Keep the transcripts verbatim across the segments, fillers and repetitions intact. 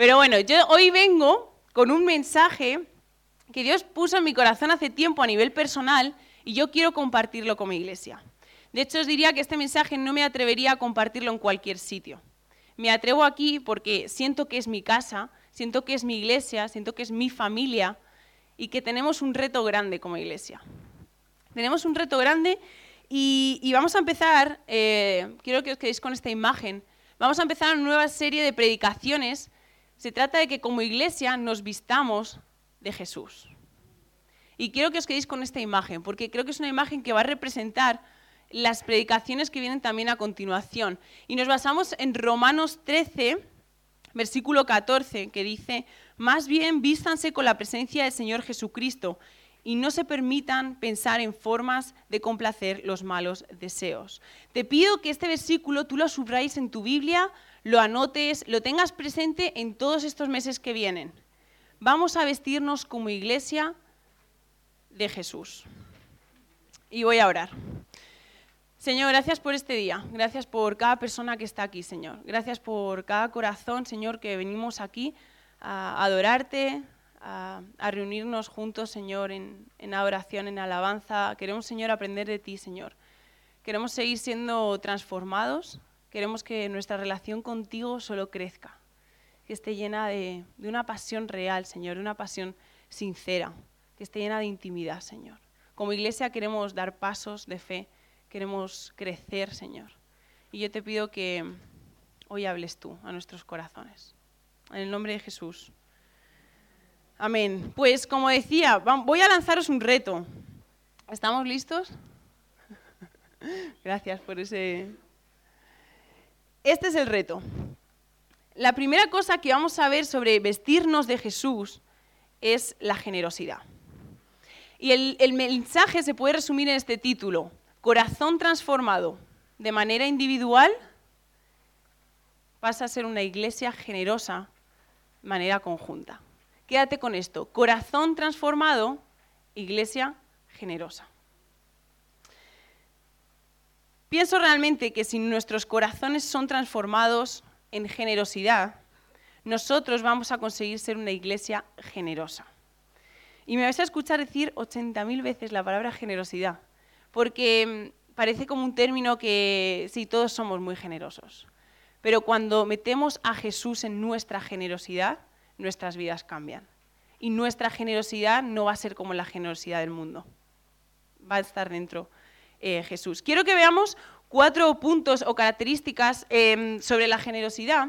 Pero bueno, yo hoy vengo con un mensaje que Dios puso en mi corazón hace tiempo a nivel personal y yo quiero compartirlo con mi iglesia. De hecho, os diría que este mensaje no me atrevería a compartirlo en cualquier sitio. Me atrevo aquí porque siento que es mi casa, siento que es mi iglesia, siento que es mi familia y que tenemos un reto grande como iglesia. Tenemos un reto grande y, y vamos a empezar, eh, quiero que os quedéis con esta imagen, vamos a empezar una nueva serie de predicaciones. Se trata de que como iglesia nos vistamos de Jesús. Y quiero que os quedéis con esta imagen, porque creo que es una imagen que va a representar las predicaciones que vienen también a continuación. Y nos basamos en Romanos trece, versículo catorce, que dice: más bien vístanse con la presencia del Señor Jesucristo y no se permitan pensar en formas de complacer los malos deseos. Te pido que este versículo tú lo subrayes en tu Biblia, lo anotes, lo tengas presente en todos estos meses que vienen. Vamos a vestirnos como iglesia de Jesús. Y voy a orar. Señor, gracias por este día, gracias por cada persona que está aquí, Señor. Gracias por cada corazón, Señor, que venimos aquí a adorarte, a, a reunirnos juntos, Señor, en, en adoración, en alabanza. Queremos, Señor, aprender de ti, Señor. Queremos seguir siendo transformados, queremos que nuestra relación contigo solo crezca, que esté llena de, de una pasión real, Señor, de una pasión sincera, que esté llena de intimidad, Señor. Como iglesia queremos dar pasos de fe, queremos crecer, Señor. Y yo te pido que hoy hables tú a nuestros corazones. En el nombre de Jesús. Amén. Pues como decía, voy a lanzaros un reto. ¿Estamos listos? Gracias por ese... Este es el reto. La primera cosa que vamos a ver sobre vestirnos de Jesús es la generosidad. Y el, el mensaje se puede resumir en este título: corazón transformado de manera individual pasa a ser una iglesia generosa de manera conjunta. Quédate con esto: corazón transformado, iglesia generosa. Pienso realmente que si nuestros corazones son transformados en generosidad, nosotros vamos a conseguir ser una iglesia generosa. Y me vais a escuchar decir ochenta mil veces la palabra generosidad, porque parece como un término que sí, todos somos muy generosos. Pero cuando metemos a Jesús en nuestra generosidad, nuestras vidas cambian. Y nuestra generosidad no va a ser como la generosidad del mundo. Va a estar dentro eh, Jesús. Quiero que veamos cuatro puntos o características eh, sobre la generosidad,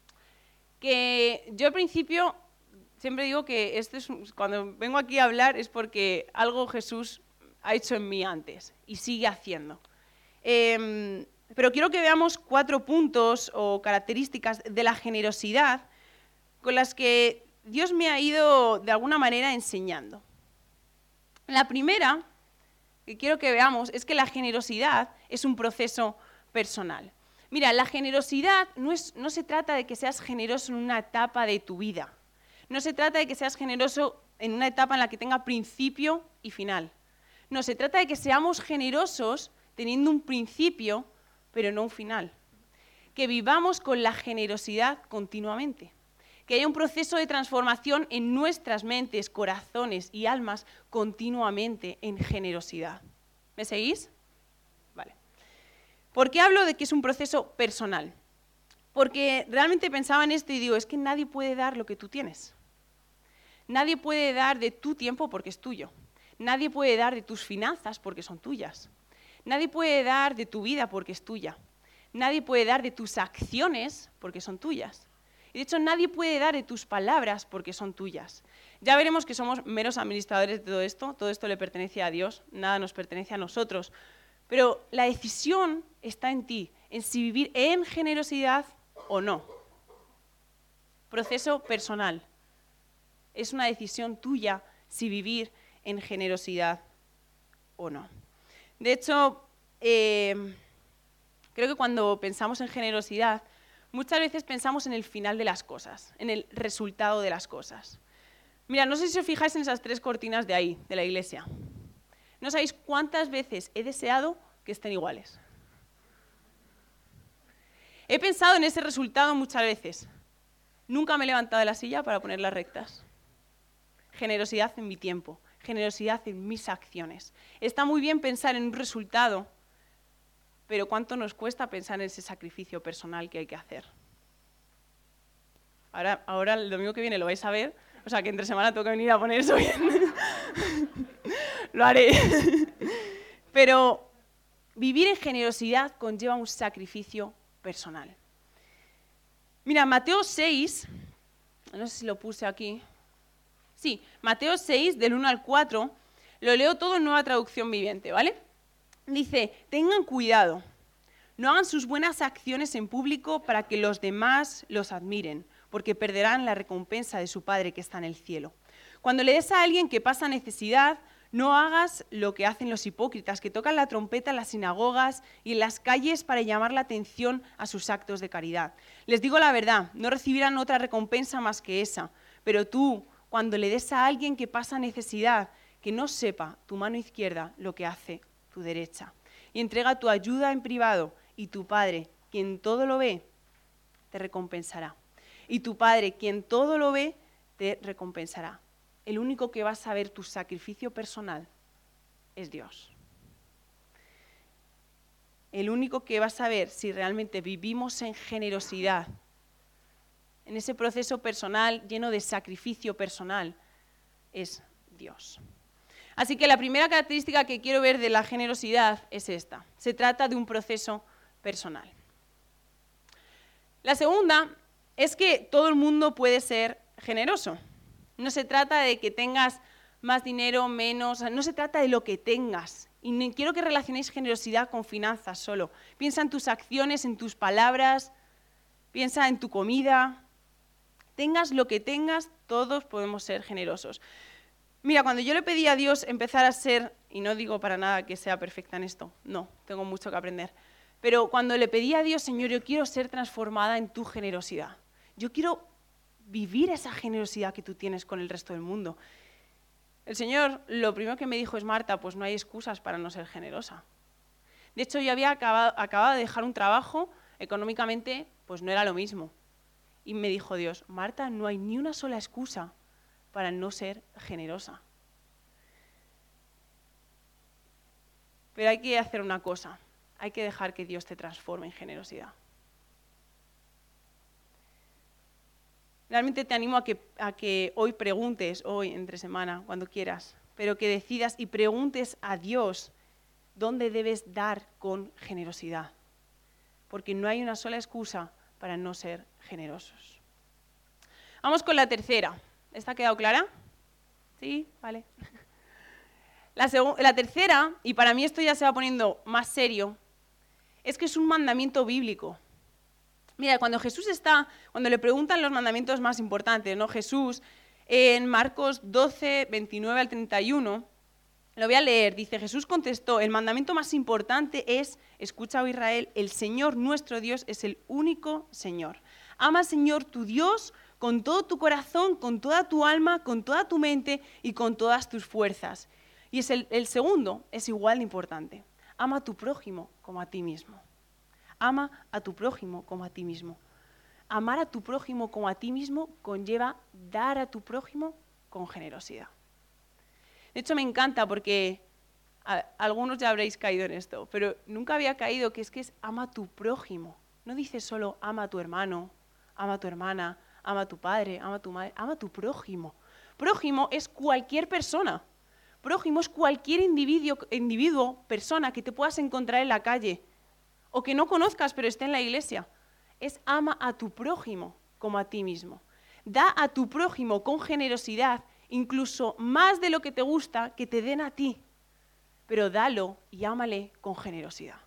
que yo al principio siempre digo que esto es, cuando vengo aquí a hablar es porque algo Jesús ha hecho en mí antes y sigue haciendo. Eh, pero quiero que veamos cuatro puntos o características de la generosidad con las que Dios me ha ido de alguna manera enseñando. La primera que quiero que veamos es que la generosidad es un proceso personal. Mira, la generosidad no, es, no se trata de que seas generoso en una etapa de tu vida. No se trata de que seas generoso en una etapa en la que tenga principio y final. No, se trata de que seamos generosos teniendo un principio, pero no un final. Que vivamos con la generosidad continuamente. Que haya un proceso de transformación en nuestras mentes, corazones y almas continuamente en generosidad. ¿Me seguís? Vale. ¿Por qué hablo de que es un proceso personal? Porque realmente pensaba en esto y digo, es que nadie puede dar lo que tú tienes. Nadie puede dar de tu tiempo porque es tuyo. Nadie puede dar de tus finanzas porque son tuyas. Nadie puede dar de tu vida porque es tuya. Nadie puede dar de tus acciones porque son tuyas. Y de hecho, nadie puede dar de tus palabras porque son tuyas. Ya veremos que somos meros administradores de todo esto. Todo esto le pertenece a Dios, nada nos pertenece a nosotros. Pero la decisión está en ti, en si vivir en generosidad o no. Proceso personal. Es una decisión tuya si vivir en generosidad o no. De hecho, eh, creo que cuando pensamos en generosidad, muchas veces pensamos en el final de las cosas, en el resultado de las cosas. Mira, no sé si os fijáis en esas tres cortinas de ahí, de la iglesia. No sabéis cuántas veces he deseado que estén iguales. He pensado en ese resultado muchas veces. Nunca me he levantado de la silla para ponerlas rectas. Generosidad en mi tiempo, generosidad en mis acciones. Está muy bien pensar en un resultado, pero ¿cuánto nos cuesta pensar en ese sacrificio personal que hay que hacer? Ahora, ahora el domingo que viene lo vais a ver, o sea que entre semana tengo que venir a poner eso bien. Lo haré. Pero vivir en generosidad conlleva un sacrificio personal. Mira, Mateo seis, no sé si lo puse aquí. Sí, Mateo seis, del uno al cuatro, lo leo todo en Nueva Traducción Viviente, ¿vale? Dice, tengan cuidado, no hagan sus buenas acciones en público para que los demás los admiren, porque perderán la recompensa de su Padre que está en el cielo. Cuando le des a alguien que pasa necesidad, no hagas lo que hacen los hipócritas, que tocan la trompeta en las sinagogas y en las calles para llamar la atención a sus actos de caridad. Les digo la verdad, no recibirán otra recompensa más que esa. Pero tú, cuando le des a alguien que pasa necesidad, que no sepa tu mano izquierda lo que hace tu derecha. Y entrega tu ayuda en privado, y tu Padre, quien todo lo ve, te recompensará. Y tu Padre, quien todo lo ve, te recompensará. El único que va a saber tu sacrificio personal es Dios. El único que va a saber si realmente vivimos en generosidad, en ese proceso personal lleno de sacrificio personal, es Dios. Así que la primera característica que quiero ver de la generosidad es esta. Se trata de un proceso personal. La segunda es que todo el mundo puede ser generoso. No se trata de que tengas más dinero, menos, no se trata de lo que tengas. Y ni quiero que relacionéis generosidad con finanzas solo. Piensa en tus acciones, en tus palabras, piensa en tu comida. Tengas lo que tengas, todos podemos ser generosos. Mira, cuando yo le pedí a Dios empezar a ser, y no digo para nada que sea perfecta en esto, no, tengo mucho que aprender, pero cuando le pedí a Dios, Señor, yo quiero ser transformada en tu generosidad. Yo quiero vivir esa generosidad que tú tienes con el resto del mundo. El Señor lo primero que me dijo es, Marta, pues no hay excusas para no ser generosa. De hecho, yo había acabado, acabado de dejar un trabajo, económicamente, pues no era lo mismo. Y me dijo Dios, Marta, no hay ni una sola excusa para no ser generosa. Pero hay que hacer una cosa, hay que dejar que Dios te transforme en generosidad. Realmente te animo a que, a que hoy preguntes, hoy, entre semana, cuando quieras, pero que decidas y preguntes a Dios dónde debes dar con generosidad. Porque no hay una sola excusa para no ser generosos. Vamos con la tercera. ¿Está quedado clara? Sí, vale. La, la tercera, y para mí esto ya se va poniendo más serio, es que es un mandamiento bíblico. Mira, cuando Jesús está, cuando le preguntan los mandamientos más importantes, ¿no? Jesús, en Marcos doce, veintinueve al treinta y uno, lo voy a leer, dice, Jesús contestó, el mandamiento más importante es, escucha, oh Israel, el Señor nuestro Dios es el único Señor. Ama al Señor tu Dios con todo tu corazón, con toda tu alma, con toda tu mente y con todas tus fuerzas. Y es el, el segundo es igual de importante. Ama a tu prójimo como a ti mismo. Ama a tu prójimo como a ti mismo. Amar a tu prójimo como a ti mismo conlleva dar a tu prójimo con generosidad. De hecho, me encanta porque a, algunos ya habréis caído en esto, pero nunca había caído que es que es ama a tu prójimo. No dice solo ama a tu hermano, ama a tu hermana, ama a tu padre, ama a tu madre, ama a tu prójimo. Prójimo es cualquier persona. Prójimo es cualquier individuo, individuo, persona que te puedas encontrar en la calle o que no conozcas pero esté en la iglesia. Es ama a tu prójimo como a ti mismo. Da a tu prójimo con generosidad, incluso más de lo que te gusta que te den a ti, pero dalo y ámale con generosidad.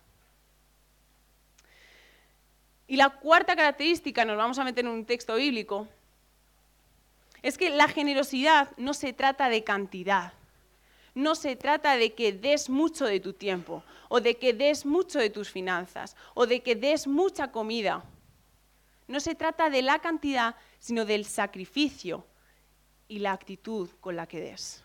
Y la cuarta característica, nos vamos a meter en un texto bíblico, es que la generosidad no se trata de cantidad. No se trata de que des mucho de tu tiempo, o de que des mucho de tus finanzas, o de que des mucha comida. No se trata de la cantidad, sino del sacrificio y la actitud con la que des.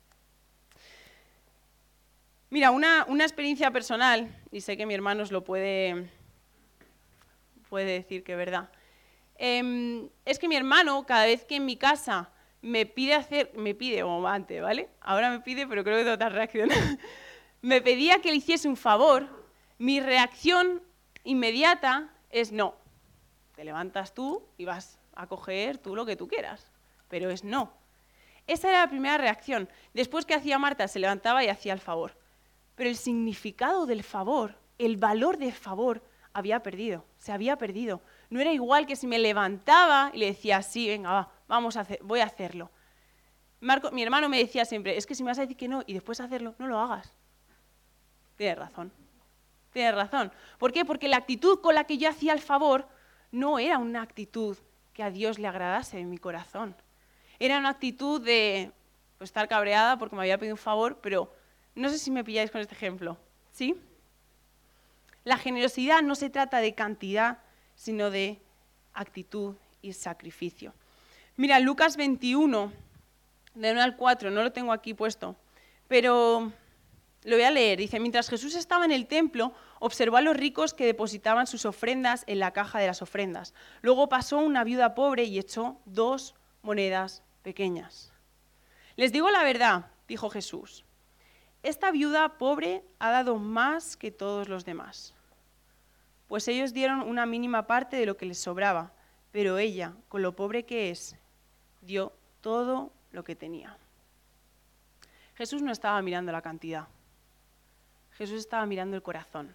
Mira, una, una experiencia personal, y sé que mi hermano os lo puede, puede decir que es verdad. Eh, es que mi hermano, cada vez que en mi casa me pide hacer, me pide, o antes, ¿vale? Ahora me pide, pero creo que tengo otra reacción. Me pedía que le hiciese un favor, mi reacción inmediata es no. Te levantas tú y vas a coger tú lo que tú quieras, pero es no. Esa era la primera reacción. Después, ¿qué hacía Marta? Se levantaba y hacía el favor. Pero el significado del favor, el valor del favor, había perdido, se había perdido. No era igual que si me levantaba y le decía, sí, venga, va, vamos a hacer, voy a hacerlo. Marco, mi hermano me decía siempre, es que si me vas a decir que no y después hacerlo, no lo hagas. Tienes razón, tienes razón. ¿Por qué? Porque la actitud con la que yo hacía el favor no era una actitud que a Dios le agradase en mi corazón. Era una actitud de pues, estar cabreada porque me había pedido un favor, pero no sé si me pilláis con este ejemplo, ¿sí? La generosidad no se trata de cantidad, sino de actitud y sacrificio. Mira, Lucas veintiuno, de uno al cuatro, no lo tengo aquí puesto, pero lo voy a leer. Dice, mientras Jesús estaba en el templo, observó a los ricos que depositaban sus ofrendas en la caja de las ofrendas. Luego pasó una viuda pobre y echó dos monedas pequeñas. Les digo la verdad, dijo Jesús, esta viuda pobre ha dado más que todos los demás, pues ellos dieron una mínima parte de lo que les sobraba, pero ella, con lo pobre que es, dio todo lo que tenía. Jesús no estaba mirando la cantidad, Jesús estaba mirando el corazón.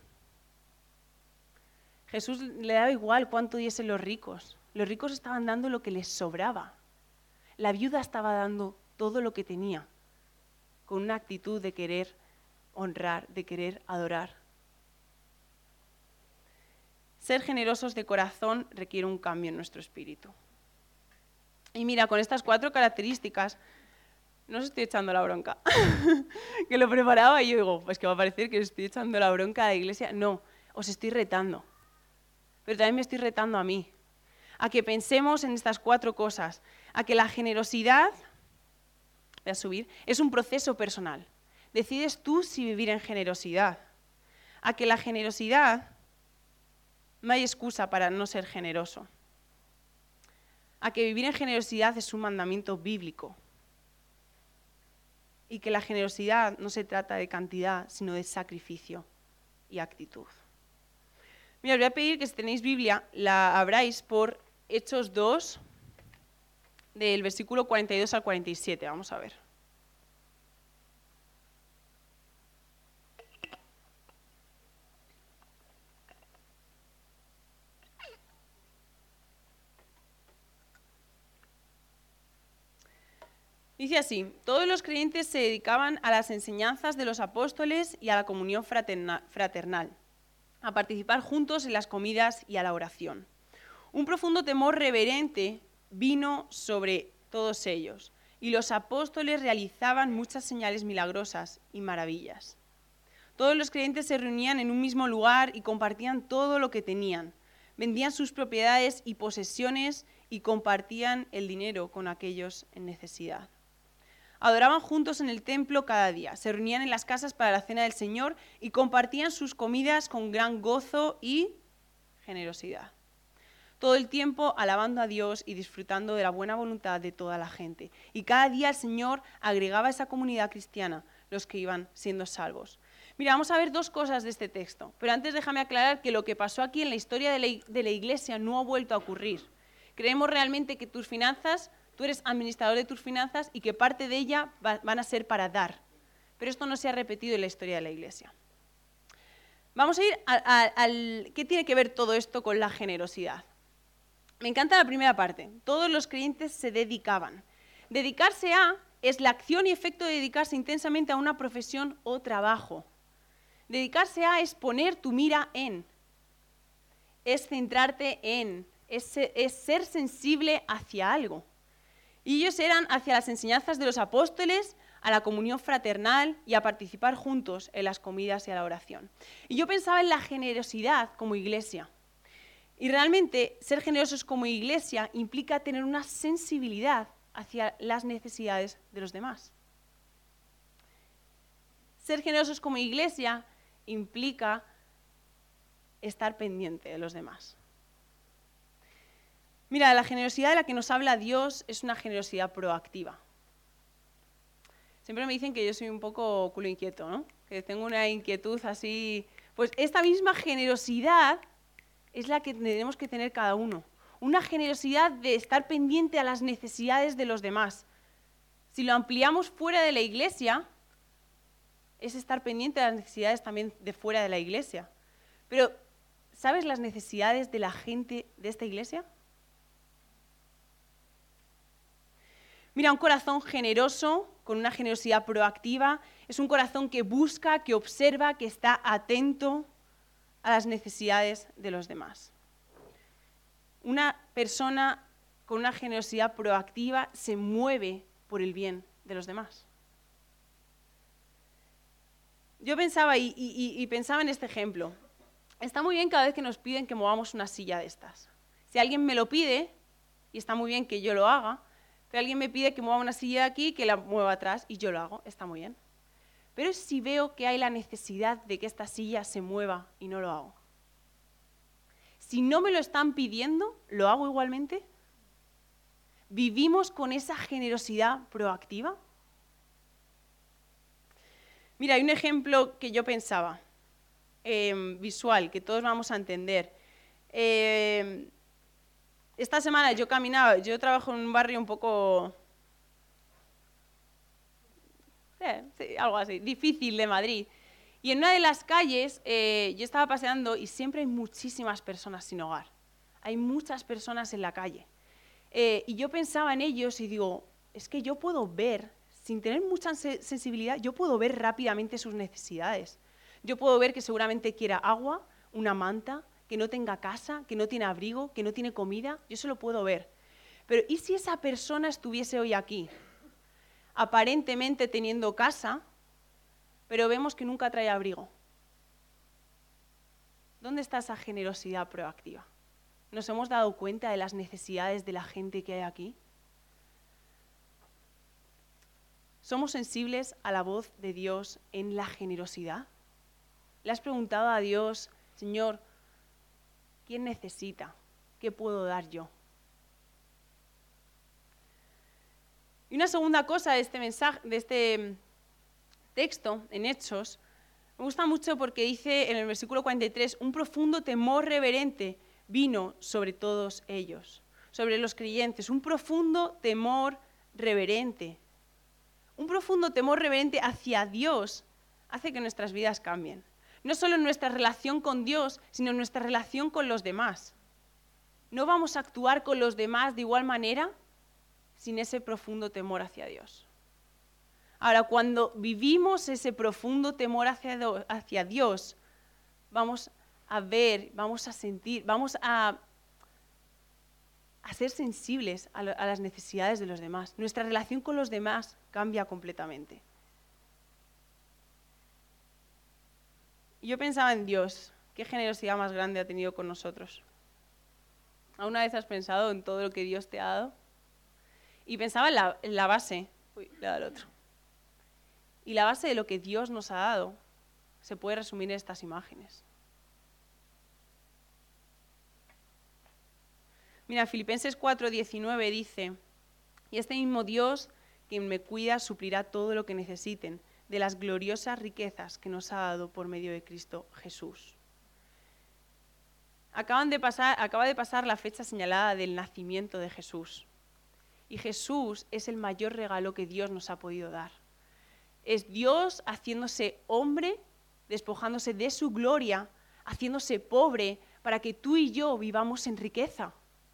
Jesús le daba igual cuánto diesen los ricos, los ricos estaban dando lo que les sobraba. La viuda estaba dando todo lo que tenía, con una actitud de querer honrar, de querer adorar. Ser generosos de corazón requiere un cambio en nuestro espíritu. Y mira, con estas cuatro características, no os estoy echando la bronca, que lo preparaba y yo digo, pues que va a parecer que os estoy echando la bronca a la iglesia. No, os estoy retando, pero también me estoy retando a mí, a que pensemos en estas cuatro cosas, a que la generosidad, voy a subir, es un proceso personal. Decides tú si vivir en generosidad, a que la generosidad no hay excusa para no ser generoso, a que vivir en generosidad es un mandamiento bíblico y que la generosidad no se trata de cantidad, sino de sacrificio y actitud. Mira, os voy a pedir que si tenéis Biblia, la abráis por Hechos dos, del versículo cuarenta y dos al cuarenta y siete. Vamos a ver. Dice así, todos los creyentes se dedicaban a las enseñanzas de los apóstoles y a la comunión fraternal, a participar juntos en las comidas y a la oración. Un profundo temor reverente vino sobre todos ellos, y los apóstoles realizaban muchas señales milagrosas y maravillas. Todos los creyentes se reunían en un mismo lugar y compartían todo lo que tenían. Vendían sus propiedades y posesiones y compartían el dinero con aquellos en necesidad. Adoraban juntos en el templo cada día, se reunían en las casas para la cena del Señor y compartían sus comidas con gran gozo y generosidad. Todo el tiempo alabando a Dios y disfrutando de la buena voluntad de toda la gente. Y cada día el Señor agregaba a esa comunidad cristiana los que iban siendo salvos. Mira, vamos a ver dos cosas de este texto, pero antes déjame aclarar que lo que pasó aquí en la historia de la, de la Iglesia no ha vuelto a ocurrir. Creemos realmente que tus finanzas, tú eres administrador de tus finanzas y que parte de ella va, van a ser para dar. Pero esto no se ha repetido en la historia de la Iglesia. Vamos a ir a, a, al... ¿Qué tiene que ver todo esto con la generosidad? Me encanta la primera parte. Todos los creyentes se dedicaban. Dedicarse a es la acción y efecto de dedicarse intensamente a una profesión o trabajo. Dedicarse a es poner tu mira en, es centrarte en, es, es ser sensible hacia algo. Y ellos eran hacia las enseñanzas de los apóstoles, a la comunión fraternal y a participar juntos en las comidas y a la oración. Y yo pensaba en la generosidad como iglesia. Y realmente ser generosos como iglesia implica tener una sensibilidad hacia las necesidades de los demás. Ser generosos como iglesia implica estar pendiente de los demás. Mira, la generosidad de la que nos habla Dios es una generosidad proactiva. Siempre me dicen que yo soy un poco culo inquieto, ¿no? Que tengo una inquietud así. Pues esta misma generosidad es la que tenemos que tener cada uno. Una generosidad de estar pendiente a las necesidades de los demás. Si lo ampliamos fuera de la iglesia, es estar pendiente de las necesidades también de fuera de la iglesia. Pero, ¿sabes las necesidades de la gente de esta iglesia? Mira, un corazón generoso, con una generosidad proactiva, es un corazón que busca, que observa, que está atento a las necesidades de los demás. Una persona con una generosidad proactiva se mueve por el bien de los demás. Yo pensaba y, y, y pensaba en este ejemplo. Está muy bien cada vez que nos piden que movamos una silla de estas. Si alguien me lo pide, y está muy bien que yo lo haga, pero alguien me pide que mueva una silla de aquí, que la mueva atrás, y yo lo hago, está muy bien. Pero si veo que hay la necesidad de que esta silla se mueva y no lo hago. Si no me lo están pidiendo, ¿lo hago igualmente? ¿Vivimos con esa generosidad proactiva? Mira, hay un ejemplo que yo pensaba, eh, visual, que todos vamos a entender. Eh, esta semana yo caminaba, yo trabajo en un barrio un poco, eh, sí, algo así, difícil de Madrid. Y en una de las calles eh, yo estaba paseando y siempre hay muchísimas personas sin hogar. Hay muchas personas en la calle. Eh, y yo pensaba en ellos y digo, es que yo puedo ver, sin tener mucha sensibilidad, yo puedo ver rápidamente sus necesidades. Yo puedo ver que seguramente quiera agua, una manta, que no tenga casa, que no tiene abrigo, que no tiene comida, yo eso lo puedo ver. Pero ¿y si esa persona estuviese hoy aquí, aparentemente teniendo casa, pero vemos que nunca trae abrigo? ¿Dónde está esa generosidad proactiva? ¿Nos hemos dado cuenta de las necesidades de la gente que hay aquí? ¿Somos sensibles a la voz de Dios en la generosidad? ¿Le has preguntado a Dios, Señor, ¿quién necesita? ¿Qué puedo dar yo? Y una segunda cosa de este mensaje, de este texto en Hechos, me gusta mucho porque dice en el versículo cuarenta y tres, un profundo temor reverente vino sobre todos ellos, sobre los creyentes, un profundo temor reverente. Un profundo temor reverente hacia Dios hace que nuestras vidas cambien. No solo en nuestra relación con Dios, sino en nuestra relación con los demás. No vamos a actuar con los demás de igual manera sin ese profundo temor hacia Dios. Ahora, cuando vivimos ese profundo temor hacia, hacia Dios, vamos a ver, vamos a sentir, vamos a, a ser sensibles a, lo, a las necesidades de los demás. Nuestra relación con los demás cambia completamente. Y yo pensaba en Dios, qué generosidad más grande ha tenido con nosotros. ¿Alguna vez has pensado en todo lo que Dios te ha dado? Y pensaba en la, en la base, uy, le he dado al otro. Y la base de lo que Dios nos ha dado se puede resumir en estas imágenes. Mira, Filipenses cuatro diecinueve dice, y este mismo Dios, quien me cuida, suplirá todo lo que necesiten de las gloriosas riquezas que nos ha dado por medio de Cristo Jesús. Acaban de pasar, acaba de pasar la fecha señalada del nacimiento de Jesús. Y Jesús es el mayor regalo que Dios nos ha podido dar. Es Dios haciéndose hombre, despojándose de su gloria, haciéndose pobre para que tú y yo vivamos en riqueza.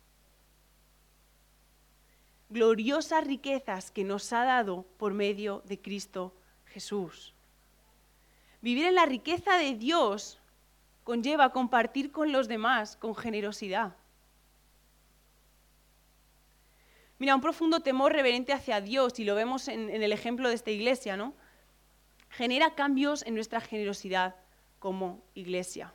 Gloriosas riquezas que nos ha dado por medio de Cristo Jesús. Vivir en la riqueza de Dios conlleva compartir con los demás con generosidad. Mira, un profundo temor reverente hacia Dios, y lo vemos en, en el ejemplo de esta iglesia, ¿no? Genera cambios en nuestra generosidad como iglesia.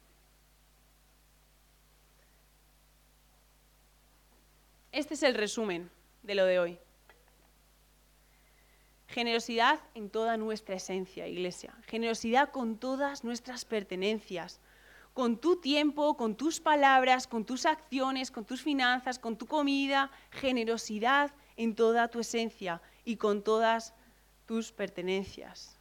Este es el resumen de lo de hoy. Generosidad en toda nuestra esencia, iglesia. Generosidad con todas nuestras pertenencias. con tu tiempo, con tus palabras, con tus acciones, con tus finanzas, con tu comida, generosidad en toda tu esencia y con todas tus pertenencias.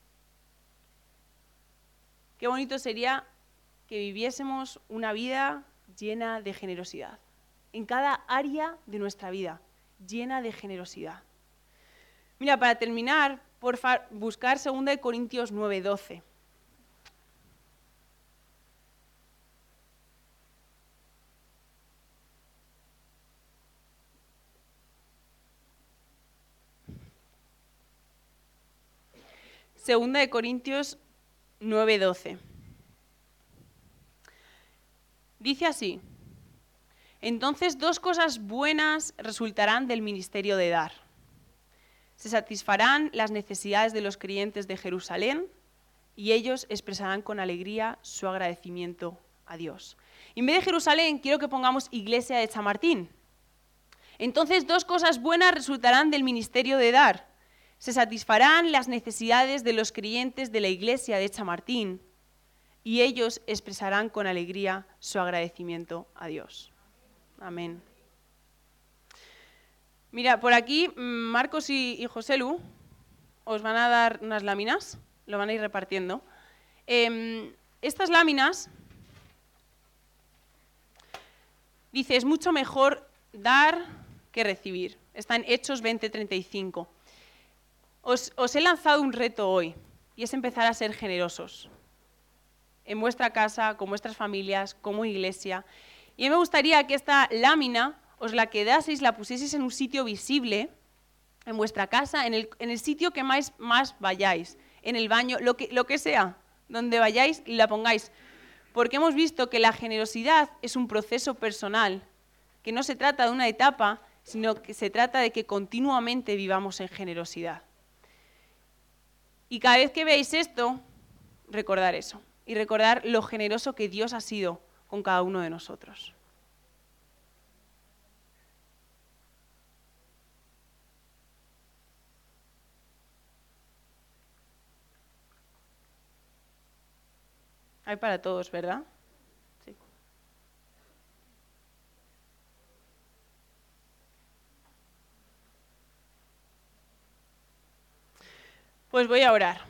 Qué bonito sería que viviésemos una vida llena de generosidad, en cada área de nuestra vida, llena de generosidad. Mira, para terminar, por favor, buscar segunda de Corintios nueve doce. Segunda de Corintios nueve doce. Dice así: entonces dos cosas buenas resultarán del ministerio de dar. Se satisfarán las necesidades de los creyentes de Jerusalén y ellos expresarán con alegría su agradecimiento a Dios. En vez de Jerusalén, quiero que pongamos Iglesia de Chamartín. Entonces dos cosas buenas resultarán del ministerio de dar. Se satisfarán las necesidades de los creyentes de la Iglesia de Chamartín y ellos expresarán con alegría su agradecimiento a Dios. Amén. Mira, por aquí Marcos y, y José Lu os van a dar unas láminas, lo van a ir repartiendo. Eh, estas láminas, dice, es mucho mejor dar que recibir. Está en Hechos veinte treinta y cinco. Os, os he lanzado un reto hoy y es empezar a ser generosos en vuestra casa, con vuestras familias, como iglesia. Y a mí me gustaría que esta lámina os la quedaseis, la pusieseis en un sitio visible, en vuestra casa, en el, en el sitio que más, más vayáis, en el baño, lo que, lo que sea, donde vayáis y la pongáis. Porque hemos visto que la generosidad es un proceso personal, que no se trata de una etapa, sino que se trata de que continuamente vivamos en generosidad. Y cada vez que veáis esto, recordar eso. Y recordar lo generoso que Dios ha sido con cada uno de nosotros. Hay para todos, ¿verdad? Sí. Pues voy a orar.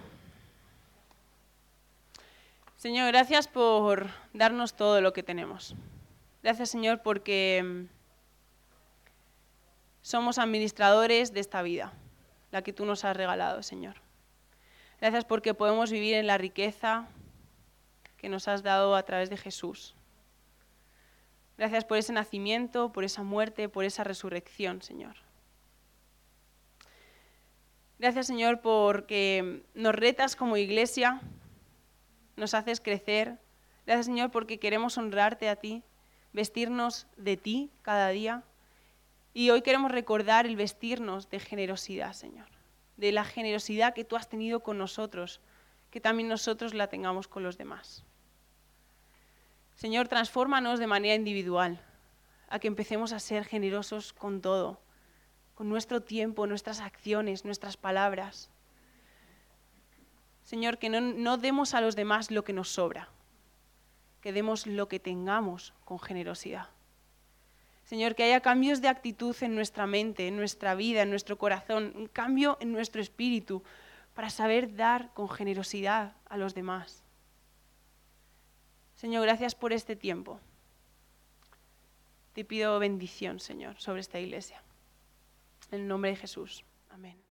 Señor, gracias por darnos todo lo que tenemos. Gracias, Señor, porque somos administradores de esta vida, la que tú nos has regalado, Señor. Gracias porque podemos vivir en la riqueza que nos has dado a través de Jesús. Gracias por ese nacimiento, por esa muerte, por esa resurrección, Señor. Gracias, Señor, porque nos retas como iglesia, nos haces crecer. Gracias, Señor, porque queremos honrarte a ti, vestirnos de ti cada día. Y hoy queremos recordar el vestirnos de generosidad, Señor, de la generosidad que tú has tenido con nosotros, que también nosotros la tengamos con los demás. Señor, transfórmanos de manera individual, a que empecemos a ser generosos con todo, con nuestro tiempo, nuestras acciones, nuestras palabras. Señor, que no, no demos a los demás lo que nos sobra, que demos lo que tengamos con generosidad. Señor, que haya cambios de actitud en nuestra mente, en nuestra vida, en nuestro corazón, un cambio en nuestro espíritu para saber dar con generosidad a los demás. Señor, gracias por este tiempo. Te pido bendición, Señor, sobre esta iglesia. En el nombre de Jesús. Amén.